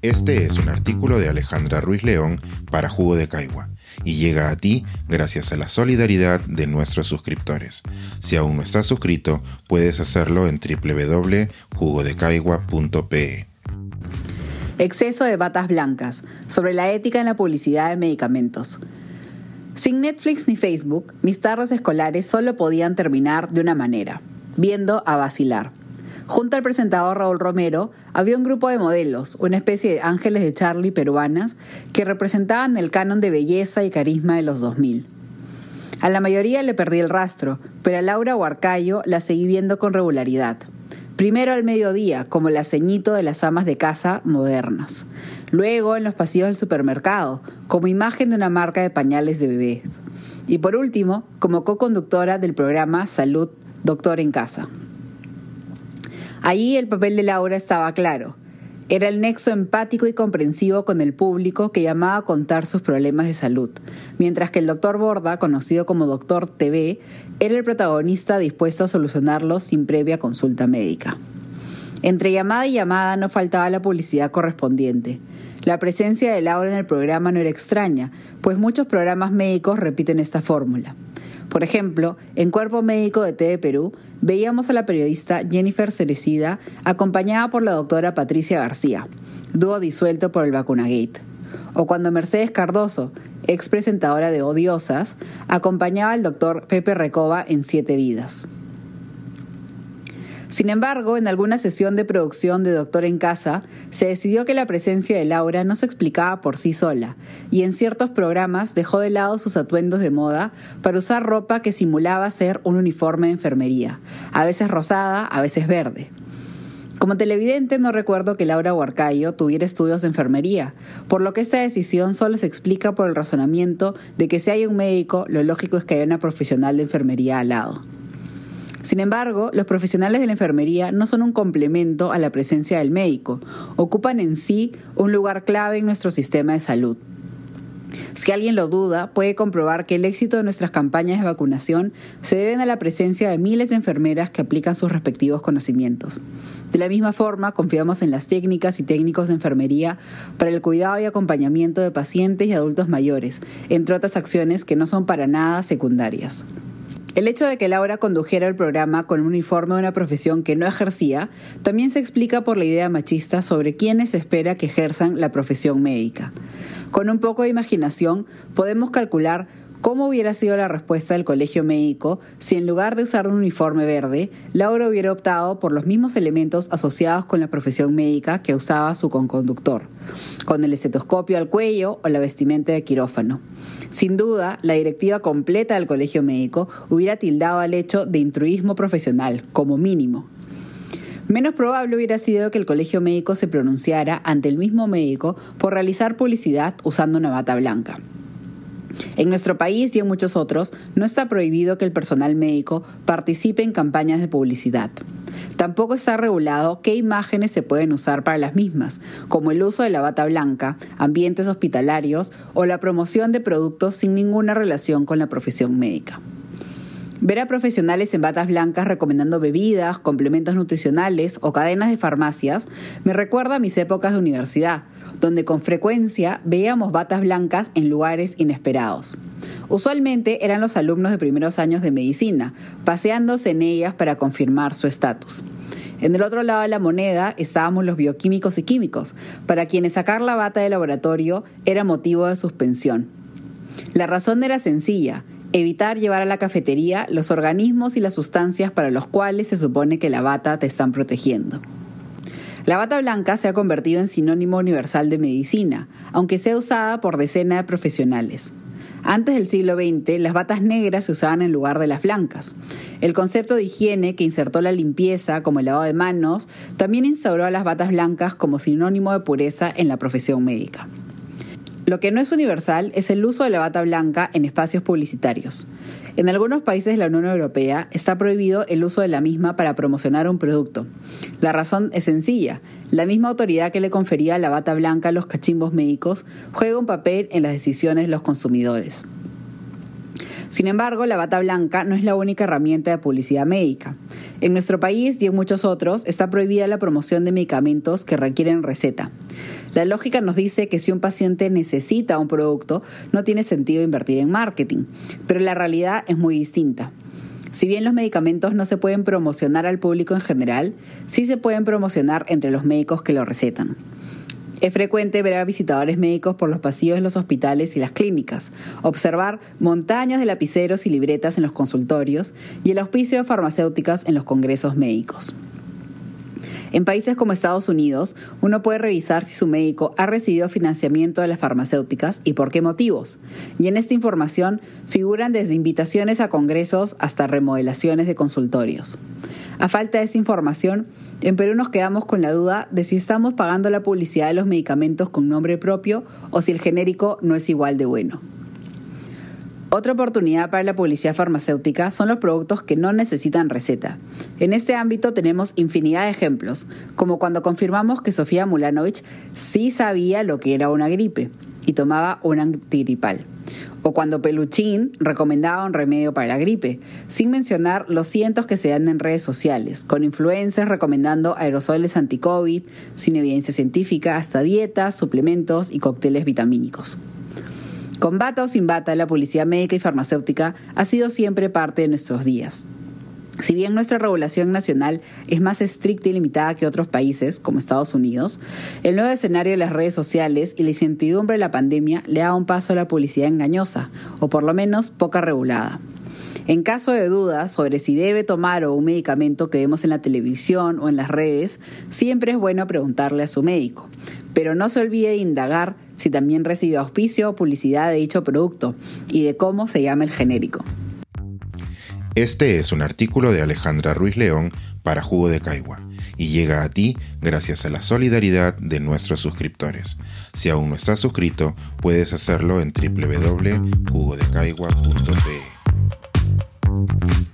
Este es un artículo de Alejandra Ruiz León para Jugo de Caigua y llega a ti gracias a la solidaridad de nuestros suscriptores. Si aún no estás suscrito, puedes hacerlo en www.jugodecaigua.pe. Exceso de batas blancas, sobre la ética en la publicidad de medicamentos. Sin Netflix ni Facebook, mis tardes escolares solo podían terminar de una manera, viendo a Vacilar. Junto al presentador Raúl Romero, había un grupo de modelos, una especie de ángeles de Charlie peruanas, que representaban el canon de belleza y carisma de los 2000. A la mayoría le perdí el rastro, pero a Laura Huarcayo la seguí viendo con regularidad. Primero al mediodía, como la ceñito de las amas de casa modernas. Luego en los pasillos del supermercado, como imagen de una marca de pañales de bebés. Y por último, como co-conductora del programa Salud, Doctor en Casa. Allí el papel de Laura estaba claro. Era el nexo empático y comprensivo con el público que llamaba a contar sus problemas de salud, mientras que el doctor Borda, conocido como Doctor TV, era el protagonista dispuesto a solucionarlos sin previa consulta médica. Entre llamada y llamada no faltaba la publicidad correspondiente. La presencia de Laura en el programa no era extraña, pues muchos programas médicos repiten esta fórmula. Por ejemplo, en Cuerpo Médico de TV Perú, veíamos a la periodista Jennifer Cerecida acompañada por la doctora Patricia García, dúo disuelto por el Vacunagate. O cuando Mercedes Cardoso, ex presentadora de Odiosas, acompañaba al doctor Pepe Recoba en 7 Vidas. Sin embargo, en alguna sesión de producción de Doctor en Casa, se decidió que la presencia de Laura no se explicaba por sí sola, y en ciertos programas dejó de lado sus atuendos de moda para usar ropa que simulaba ser un uniforme de enfermería, a veces rosada, a veces verde. Como televidente no recuerdo que Laura Huarcayo tuviera estudios de enfermería, por lo que esta decisión solo se explica por el razonamiento de que si hay un médico, lo lógico es que haya una profesional de enfermería al lado. Sin embargo, los profesionales de la enfermería no son un complemento a la presencia del médico, ocupan en sí un lugar clave en nuestro sistema de salud. Si alguien lo duda, puede comprobar que el éxito de nuestras campañas de vacunación se deben a la presencia de miles de enfermeras que aplican sus respectivos conocimientos. De la misma forma, confiamos en las técnicas y técnicos de enfermería para el cuidado y acompañamiento de pacientes y adultos mayores, entre otras acciones que no son para nada secundarias. El hecho de que Laura condujera el programa con un uniforme de una profesión que no ejercía también se explica por la idea machista sobre quiénes se espera que ejerzan la profesión médica. Con un poco de imaginación podemos calcular cómo hubiera sido la respuesta del colegio médico si en lugar de usar un uniforme verde, Laura hubiera optado por los mismos elementos asociados con la profesión médica que usaba su conconductor, con el estetoscopio al cuello o la vestimenta de quirófano. Sin duda, la directiva completa del colegio médico hubiera tildado al hecho de intruismo profesional, como mínimo. Menos probable hubiera sido que el colegio médico se pronunciara ante el mismo médico por realizar publicidad usando una bata blanca. En nuestro país y en muchos otros, no está prohibido que el personal médico participe en campañas de publicidad. Tampoco está regulado qué imágenes se pueden usar para las mismas, como el uso de la bata blanca, ambientes hospitalarios o la promoción de productos sin ninguna relación con la profesión médica. Ver a profesionales en batas blancas recomendando bebidas, complementos nutricionales o cadenas de farmacias me recuerda a mis épocas de universidad, donde con frecuencia veíamos batas blancas en lugares inesperados. Usualmente eran los alumnos de primeros años de medicina, paseándose en ellas para confirmar su estatus. En el otro lado de la moneda estábamos los bioquímicos y químicos, para quienes sacar la bata de laboratorio era motivo de suspensión. La razón era sencilla: evitar llevar a la cafetería los organismos y las sustancias para los cuales se supone que la bata te están protegiendo. La bata blanca se ha convertido en sinónimo universal de medicina, aunque sea usada por decenas de profesionales. Antes del siglo XX, las batas negras se usaban en lugar de las blancas. El concepto de higiene que insertó la limpieza, como el lavado de manos, también instauró a las batas blancas como sinónimo de pureza en la profesión médica. Lo que no es universal es el uso de la bata blanca en espacios publicitarios. En algunos países de la Unión Europea está prohibido el uso de la misma para promocionar un producto. La razón es sencilla: la misma autoridad que le confería la bata blanca a los cachimbos médicos juega un papel en las decisiones de los consumidores. Sin embargo, la bata blanca no es la única herramienta de publicidad médica. En nuestro país y en muchos otros está prohibida la promoción de medicamentos que requieren receta. La lógica nos dice que si un paciente necesita un producto, no tiene sentido invertir en marketing, pero la realidad es muy distinta. Si bien los medicamentos no se pueden promocionar al público en general, sí se pueden promocionar entre los médicos que lo recetan. Es frecuente ver a visitadores médicos por los pasillos de los hospitales y las clínicas, observar montañas de lapiceros y libretas en los consultorios y el auspicio de farmacéuticas en los congresos médicos. En países como Estados Unidos, uno puede revisar si su médico ha recibido financiamiento de las farmacéuticas y por qué motivos. Y en esta información figuran desde invitaciones a congresos hasta remodelaciones de consultorios. A falta de esa información, en Perú nos quedamos con la duda de si estamos pagando la publicidad de los medicamentos con nombre propio o si el genérico no es igual de bueno. Otra oportunidad para la publicidad farmacéutica son los productos que no necesitan receta. En este ámbito tenemos infinidad de ejemplos, como cuando confirmamos que Sofía Mulanovich sí sabía lo que era una gripe y tomaba un antigripal. O cuando Peluchín recomendaba un remedio para la gripe, sin mencionar los cientos que se dan en redes sociales, con influencers recomendando aerosoles anti-COVID, sin evidencia científica, hasta dietas, suplementos y cócteles vitamínicos. Con bata o sin bata, la publicidad médica y farmacéutica ha sido siempre parte de nuestros días. Si bien nuestra regulación nacional es más estricta y limitada que otros países, como Estados Unidos, el nuevo escenario de las redes sociales y la incertidumbre de la pandemia le da un paso a la publicidad engañosa, o por lo menos poca regulada. En caso de dudas sobre si debe tomar un medicamento que vemos en la televisión o en las redes, siempre es bueno preguntarle a su médico. Pero no se olvide de indagar si también recibe auspicio o publicidad de dicho producto y de cómo se llama el genérico. Este es un artículo de Alejandra Ruiz León para Jugo de Caigua y llega a ti gracias a la solidaridad de nuestros suscriptores. Si aún no estás suscrito, puedes hacerlo en www.jugodecaigua.pe.